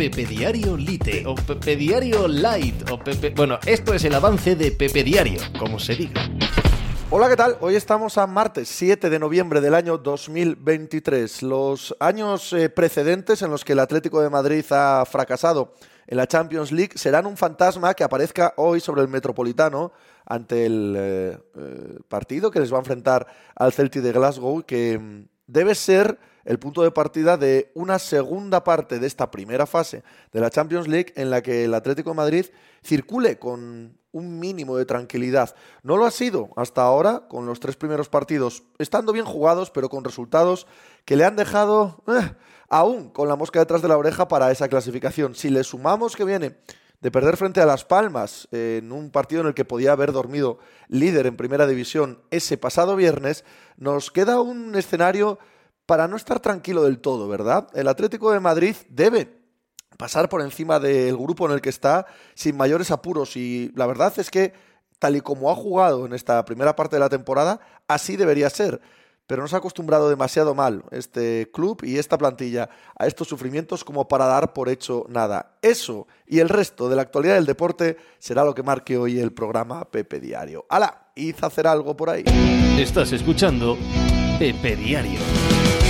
Pepe Diario Lite o Pepe Diario Light o Pepe... Bueno, esto es el avance de Pepe Diario, como se diga. Hola, ¿qué tal? Hoy estamos a martes 7 de noviembre del año 2023. Los años precedentes en los que el Atlético de Madrid ha fracasado en la Champions League serán un fantasma que aparezca hoy sobre el Metropolitano ante el partido que les va a enfrentar al Celtic de Glasgow, que debe ser el punto de partida de una segunda parte de esta primera fase de la Champions League en la que el Atlético de Madrid circule con un mínimo de tranquilidad. No lo ha sido hasta ahora, con los 3 primeros partidos estando bien jugados, pero con resultados que le han dejado aún con la mosca detrás de la oreja para esa clasificación. Si le sumamos que viene de perder frente a Las Palmas en un partido en el que podía haber dormido líder en Primera División ese pasado viernes, nos queda un escenario para no estar tranquilo del todo, ¿verdad? El Atlético de Madrid debe pasar por encima del grupo en el que está sin mayores apuros, y la verdad es que, tal y como ha jugado en esta primera parte de la temporada, así debería ser. Pero nos ha acostumbrado demasiado mal este club y esta plantilla a estos sufrimientos como para dar por hecho nada. Eso y el resto de la actualidad del deporte será lo que marque hoy el programa Pepe Diario. ¡Hala! Id a hacer algo por ahí. Estás escuchando Pepe Diario.